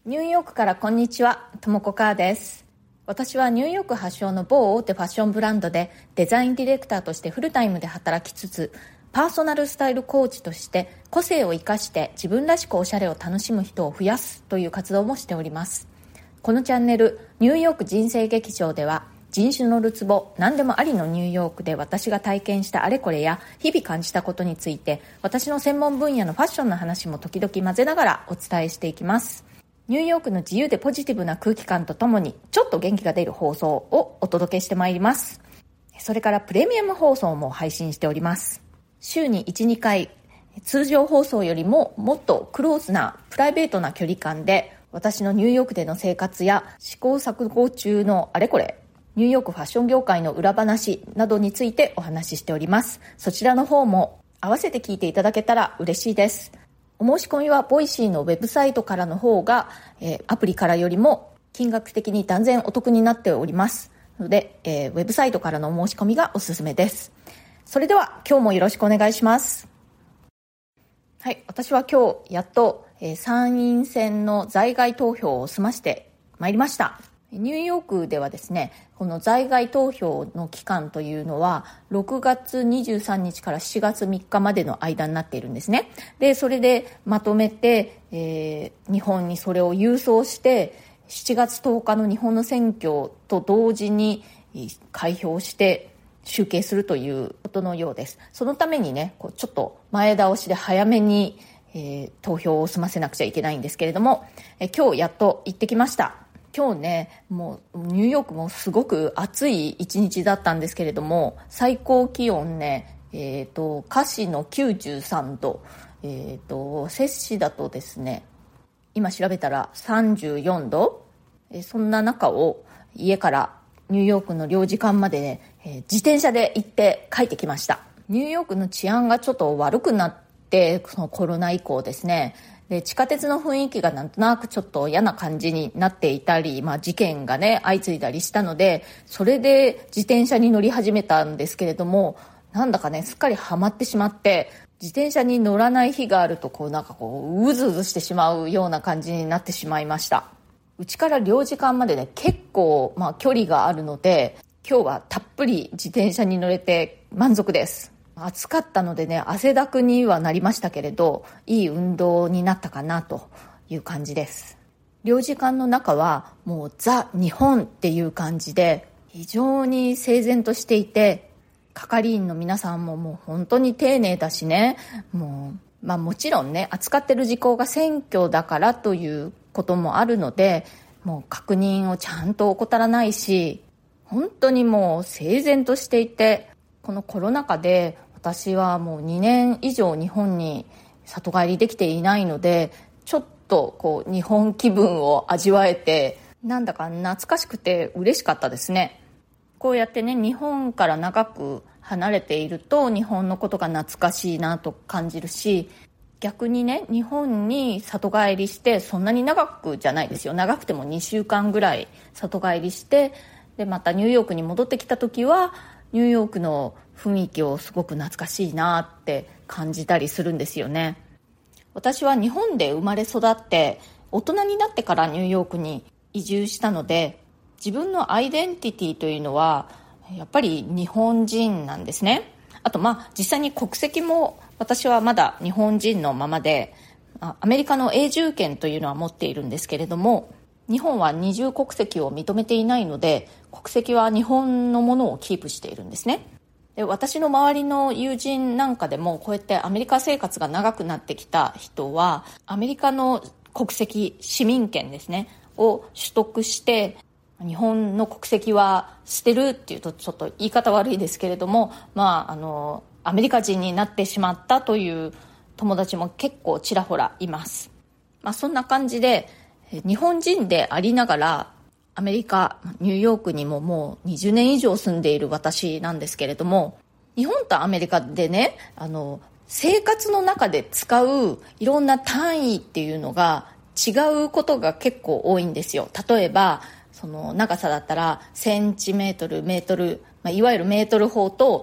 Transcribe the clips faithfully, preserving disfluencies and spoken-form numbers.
ニューヨークからこんにちは、ともこかーです。私はニューヨーク発祥の某大手ファッションブランドでデザインディレクターとしてフルタイムで働きつつ、パーソナルスタイルコーチとして個性を生かして自分らしくおしゃれを楽しむ人を増やすという活動もしております。このチャンネルニューヨーク人生劇場では、人種のるつぼ何でもありのニューヨークで私が体験したあれこれや日々感じたことについて、私の専門分野のファッションの話も時々混ぜながらお伝えしていきます。ニューヨークの自由でポジティブな空気感とともにちょっと元気が出る放送をお届けしてまいります。それからプレミアム放送も配信しております。週にいち、にかい、通常放送よりももっとクローズなプライベートな距離感で、私のニューヨークでの生活や試行錯誤中のあれこれ、ニューヨークファッション業界の裏話などについてお話ししております。そちらの方も合わせて聞いていただけたら嬉しいです。お申し込みはボイシーのウェブサイトからの方が、えー、アプリからよりも金額的に断然お得になっておりますので、えー、ウェブサイトからのお申し込みがおすすめです。それでは今日もよろしくお願いします。はい、私は今日やっと、えー、参院選の在外投票を済ましてまいりました。ニューヨークではですね、この在外投票の期間というのはろくがつにじゅうさんにちからしがつみっかまでの間になっているんですね。で、それでまとめて、えー、日本にそれを郵送してしちがつとおかの日本の選挙と同時に開票して集計するということのようです。そのためにね、こうちょっと前倒しで早めに、えー、投票を済ませなくちゃいけないんですけれども、えー、今日やっと行ってきました。今日ね、もうニューヨークもすごく暑い一日だったんですけれども、最高気温ね、えっと、カシのきゅうじゅうさんど、えっと、摂氏だとですね、今調べたらさんじゅうよんど、えそんな中を家からニューヨークの領事館までね、えー、自転車で行って帰ってきました。ニューヨークの治安がちょっと悪くなって、そのコロナ以降ですね、で地下鉄の雰囲気がなんとなくちょっと嫌な感じになっていたり、まあ、事件がね相次いだりしたので、それで自転車に乗り始めたんですけれども、なんだかねすっかりハマってしまって、自転車に乗らない日があるとこうなんかこううずうずしてしまうような感じになってしまいました。うちから領事館までね結構、まあ、距離があるので、今日はたっぷり自転車に乗れて満足です。暑かったのでね、汗だくにはなりましたけれど、いい運動になったかなという感じです。領事館の中はもうザ・日本っていう感じで、非常に整然としていて、係員の皆さんももう本当に丁寧だしね、もう、まあもちろんね、扱ってる事項が選挙だからということもあるので、もう確認をちゃんと怠らないし、本当にもう整然としていて、このコロナ禍で私はもうにねん以上日本に里帰りできていないので、ちょっとこう日本気分を味わえて、なんだか懐かしくて嬉しかったですね。こうやってね、日本から長く離れていると日本のことが懐かしいなと感じるし、逆にね、日本に里帰りしてそんなに長くじゃないですよ、長くてもにしゅうかんぐらい里帰りして、でまたニューヨークに戻ってきた時はニューヨークの雰囲気をすごく懐かしいなって感じたりするんですよね。私は日本で生まれ育って大人になってからニューヨークに移住したので、自分のアイデンティティというのはやっぱり日本人なんですね。あとまあ実際に国籍も私はまだ日本人のままで、アメリカの永住権というのは持っているんですけれども、日本は二重国籍を認めていないので、国籍は日本のものをキープしているんですね。で、私の周りの友人なんかでもこうやってアメリカ生活が長くなってきた人は、アメリカの国籍、市民権ですねを取得して、日本の国籍は捨てるっていうとちょっと言い方悪いですけれども、まああのアメリカ人になってしまったという友達も結構ちらほらいます。まあそんな感じで、日本人でありながらアメリカ、ニューヨークにももうにじゅうねん以上住んでいる私なんですけれども、日本とアメリカでね、あの生活の中で使ういろんな単位っていうのが違うことが結構多いんですよ。例えばその長さだったらセンチメートル、メートル、まあ、いわゆるメートル法と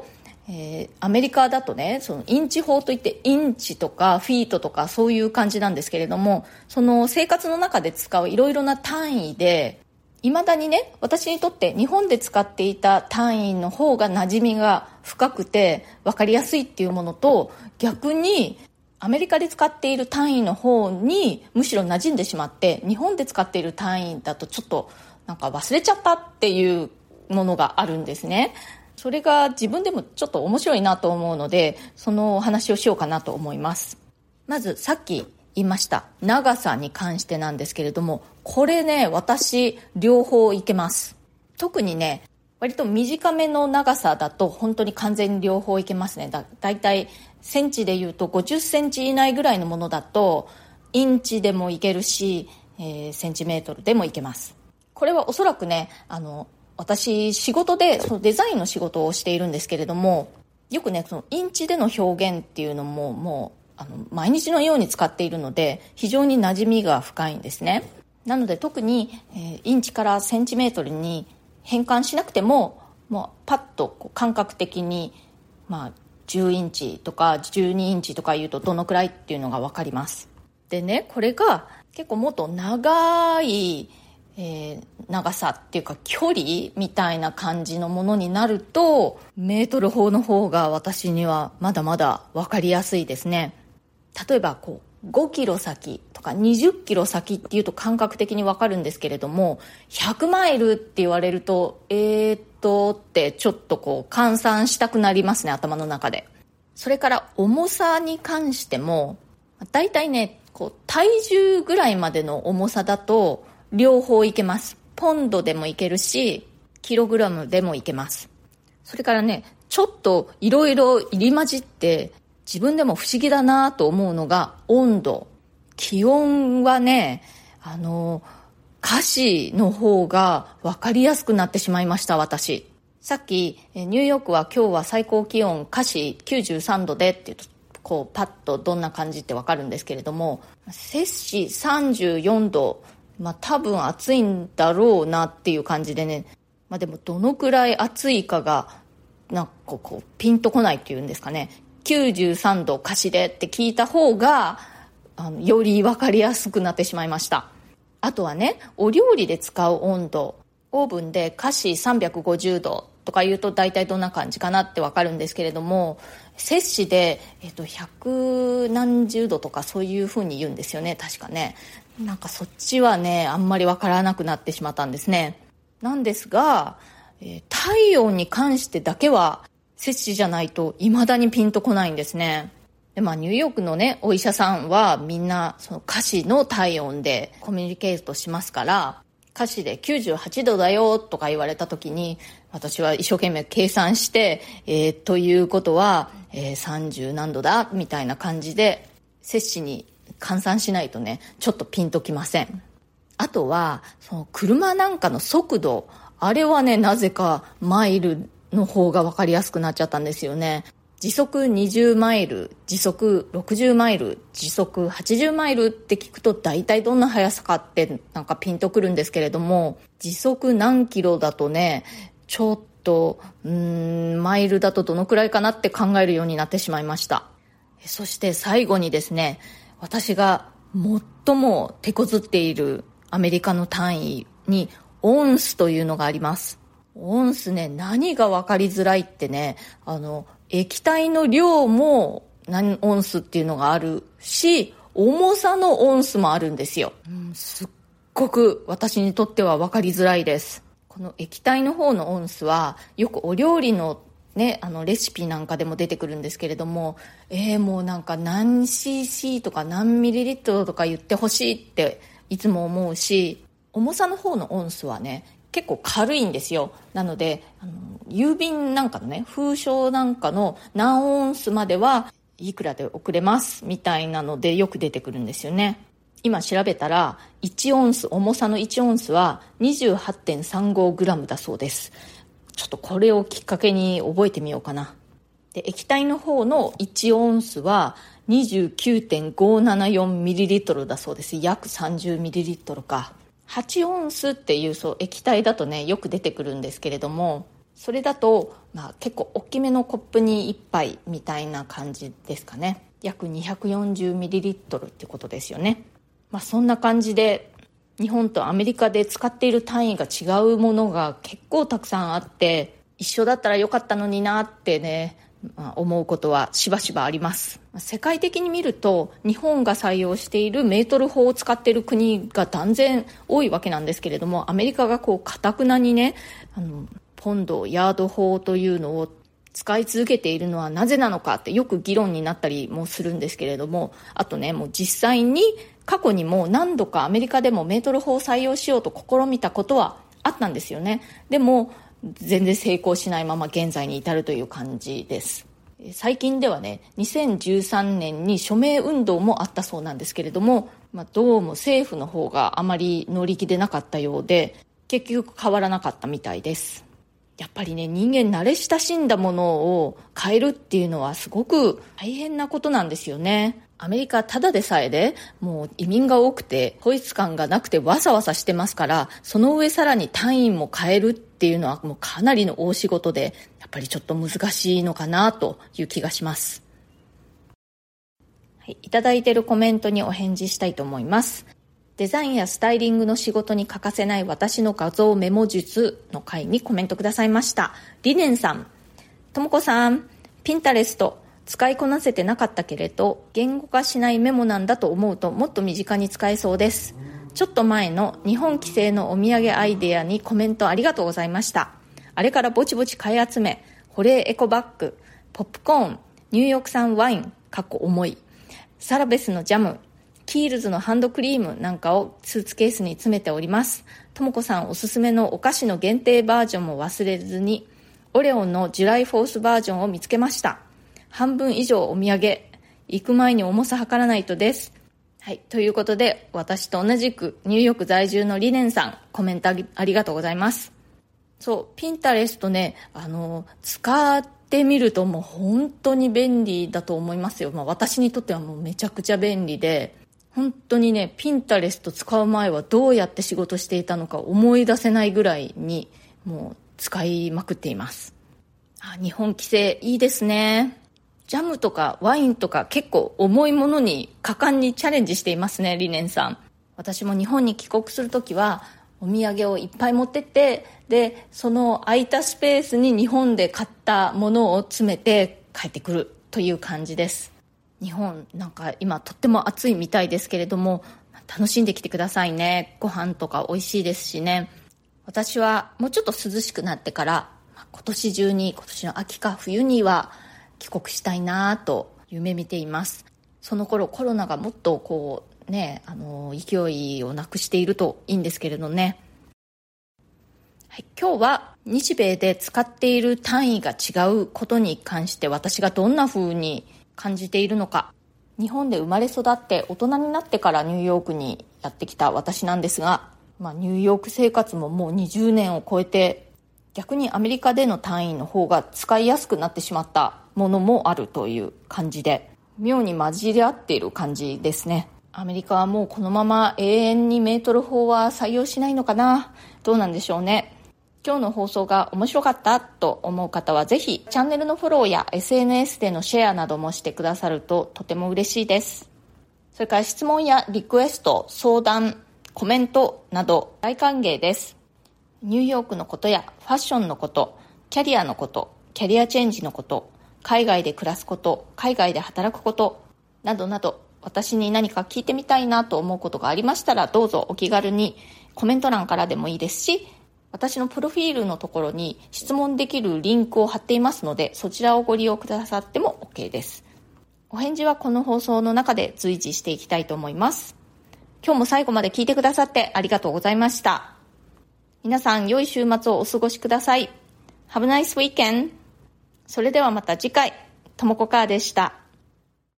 えー、アメリカだとね、そのインチ法といってインチとかフィートとかそういう感じなんですけれども、その生活の中で使ういろいろな単位で、いまだにね、私にとって日本で使っていた単位の方が馴染みが深くて分かりやすいっていうものと、逆にアメリカで使っている単位の方にむしろ馴染んでしまって、日本で使っている単位だとちょっとなんか忘れちゃったっていうものがあるんですね。それが自分でもちょっと面白いなと思うので、そのお話をしようかなと思います。まずさっき言いました長さに関してなんですけれども、これね、私両方いけます。特にね、割と短めの長さだと本当に完全に両方いけますね。だ、だいたいセンチでいうとごじゅっセンチ以内ぐらいのものだとインチでもいけるし、えー、センチメートルでもいけます。これはおそらくね、あの私仕事でそのデザインの仕事をしているんですけれども、よくねそのインチでの表現っていうのももうあの毎日のように使っているので、非常に馴染みが深いんですね。なので特に、えー、インチからセンチメートルに変換しなくても、もうパッとこう感覚的に、まあ、じゅうインチとかじゅうにインチとか言うとどのくらいっていうのが分かります。でね、これが結構もっと長い、えー、長さっていうか距離みたいな感じのものになると、メートル法の方が私にはまだまだ分かりやすいですね。例えばこうごキロ先とかにじゅっキロ先っていうと感覚的に分かるんですけれども、ひゃくマイルって言われるとえーっとってちょっとこう換算したくなりますね、頭の中で。それから重さに関してもだいたいね、こう体重ぐらいまでの重さだと両方いけます。ポンドでもいけるしキログラムでもいけます。それからね、ちょっといろいろ入り混じって自分でも不思議だなと思うのが温度。気温はね、あの華氏の方が分かりやすくなってしまいました。私さっきニューヨークは今日は最高気温華氏きゅうじゅうさんどでって言うと、こうパッとどんな感じって分かるんですけれども、摂氏さんじゅうよんど、まあ多分暑いんだろうなっていう感じでね、まあでもどのくらい暑いかがなんかこうピンとこないっていうんですかね。きゅうじゅうさんど華氏でって聞いた方があのより分かりやすくなってしまいました。あとはね、お料理で使う温度、オーブンで華氏さんびゃくごじゅうどとか言うと大体どんな感じかなって分かるんですけれども、摂氏で、えっと、ひゃくなんじゅうどとかそういう風に言うんですよね、確かね。なんかそっちはね、あんまり分からなくなってしまったんですね。なんですが、えー、体温に関してだけは摂氏じゃないと未だにピンとこないんですね。で、まあ、ニューヨークのねお医者さんはみんなその華氏の体温でコミュニケートしますから、華氏できゅうじゅうはちどだよとか言われた時に、私は一生懸命計算して、えー、ということは、えー、さんじゅうなんどだみたいな感じで摂氏に換算しないとね、ちょっとピンときません。あとはその車なんかの速度、あれはね、なぜかマイルの方が分かりやすくなっちゃったんですよね。時速にじゅうマイル、時速ろくじゅうマイル、時速はちじゅうマイルって聞くと大体どんな速さかってなんかピンとくるんですけれども、時速何キロだとね、ちょっとうーんマイルだとどのくらいかなって考えるようになってしまいました。そして最後にですね、私が最も手こずっているアメリカの単位にオンスというのがあります。オンスね、何が分かりづらいってね、あの液体の量も何オンスっていうのがあるし、重さのオンスもあるんですよ、うん、すっごく私にとっては分かりづらいです。この液体の方のオンスはよくお料理のね、あのレシピなんかでも出てくるんですけれども、えー、もうなんか何 シーシー とか何ミリリットルとか言ってほしいっていつも思うし、重さの方のオンスはね結構軽いんですよ。なのであの郵便なんかのね、封書なんかの何オンスまではいくらで送れますみたいなのでよく出てくるんですよね。今調べたらいちオンス、重さのいちオンスは にじゅうはちてんさんごグラム だそうです。ちょっとこれをきっかけに覚えてみようかな。で、液体の方のいちオンスは にじゅうきゅうてんごななよんミリリットル だそうです。約さんじゅうミリリットルか。はちオンスっていうそう液体だとねよく出てくるんですけれども、 それだと、まあ、結構大きめのコップにいっぱいみたいな感じですかね。約 にひゃくよんじゅうミリリットル ってことですよね。まあ、そんな感じで日本とアメリカで使っている単位が違うものが結構たくさんあって、一緒だったらよかったのになってね、まあ、思うことはしばしばあります。世界的に見ると日本が採用しているメートル法を使っている国が断然多いわけなんですけれども、アメリカがこう堅なにね、あのポンドヤード法というのを使い続けているのはなぜなのかってよく議論になったりもするんですけれども、あとね、もう実際に過去にも何度かアメリカでもメートル法を採用しようと試みたことはあったんですよね。でも全然成功しないまま現在に至るという感じです。最近ではね、にせんじゅうさんねんに署名運動もあったそうなんですけれども、まあ、どうも政府の方があまり乗り気でなかったようで、結局変わらなかったみたいです。やっぱりね、人間慣れ親しんだものを変えるっていうのはすごく大変なことなんですよね。アメリカただでさえでもう移民が多くて統一感がなくてわさわさしてますから、その上さらに単位も変えるっていうのはもうかなりの大仕事で、やっぱりちょっと難しいのかなという気がします。はい、いただいているコメントにお返事したいと思います。デザインやスタイリングの仕事に欠かせない私の画像メモ術の回にコメントくださいました。リネンさん、ともこさん、ピンタレスト使いこなせてなかったけれど言語化しないメモなんだと思うともっと身近に使えそうです。ちょっと前の日本帰省のお土産アイデアにコメントありがとうございました。あれからぼちぼち買い集め、保冷エコバッグ、ポップコーン、ニューヨーク産ワインかっこ重い、サラベスのジャム、キールズのハンドクリームなんかをスーツケースに詰めております。ともこさんおすすめのお菓子の限定バージョンも忘れずに、オレオンのジュライフォースバージョンを見つけました。半分以上お土産、行く前に重さ測らないとです。はい、ということで私と同じくニューヨーク在住のリネンさん、コメントありがとうございます。そう、ピンタレストね、あの使ってみるともう本当に便利だと思いますよ。まあ、私にとってはもうめちゃくちゃ便利で、本当にね、ピンタレスト使う前はどうやって仕事していたのか思い出せないぐらいにもう使いまくっています。あ、日本帰省いいですね。ジャムとかワインとか結構重いものに果敢にチャレンジしていますね、リネンさん。私も日本に帰国するときはお土産をいっぱい持ってって、でその空いたスペースに日本で買ったものを詰めて帰ってくるという感じです。日本なんか今とっても暑いみたいですけれども、楽しんできてくださいね。ご飯とか美味しいですしね。私はもうちょっと涼しくなってから今年中に、今年の秋か冬には帰国したいなと夢見ています。その頃コロナがもっとこうね、あの勢いをなくしているといいんですけれどね。はい、今日は日米で使っている単位が違うことに関して私がどんな風に感じているのか。日本で生まれ育って大人になってからニューヨークにやってきた私なんですが、まあ、ニューヨーク生活ももうにじゅうねんを超えて、逆にアメリカでの単位の方が使いやすくなってしまったものもあるという感じで、妙に混じり合っている感じですね。アメリカはもうこのまま永遠にメートル法は採用しないのかな。どうなんでしょうね。今日の放送が面白かったと思う方はぜひチャンネルのフォローや エスエヌエス でのシェアなどもしてくださるととても嬉しいです。それから質問やリクエスト、相談、コメントなど大歓迎です。ニューヨークのことやファッションのこと、キャリアのこと、キャリアチェンジのこと、海外で暮らすこと、海外で働くことなどなど、私に何か聞いてみたいなと思うことがありましたら、どうぞお気軽にコメント欄からでもいいですし、私のプロフィールのところに質問できるリンクを貼っていますので、そちらをご利用くださっても OK です。お返事はこの放送の中で随時していきたいと思います。今日も最後まで聞いてくださってありがとうございました。皆さん良い週末をお過ごしください。Have a nice weekend. それではまた次回、ともこかーでした。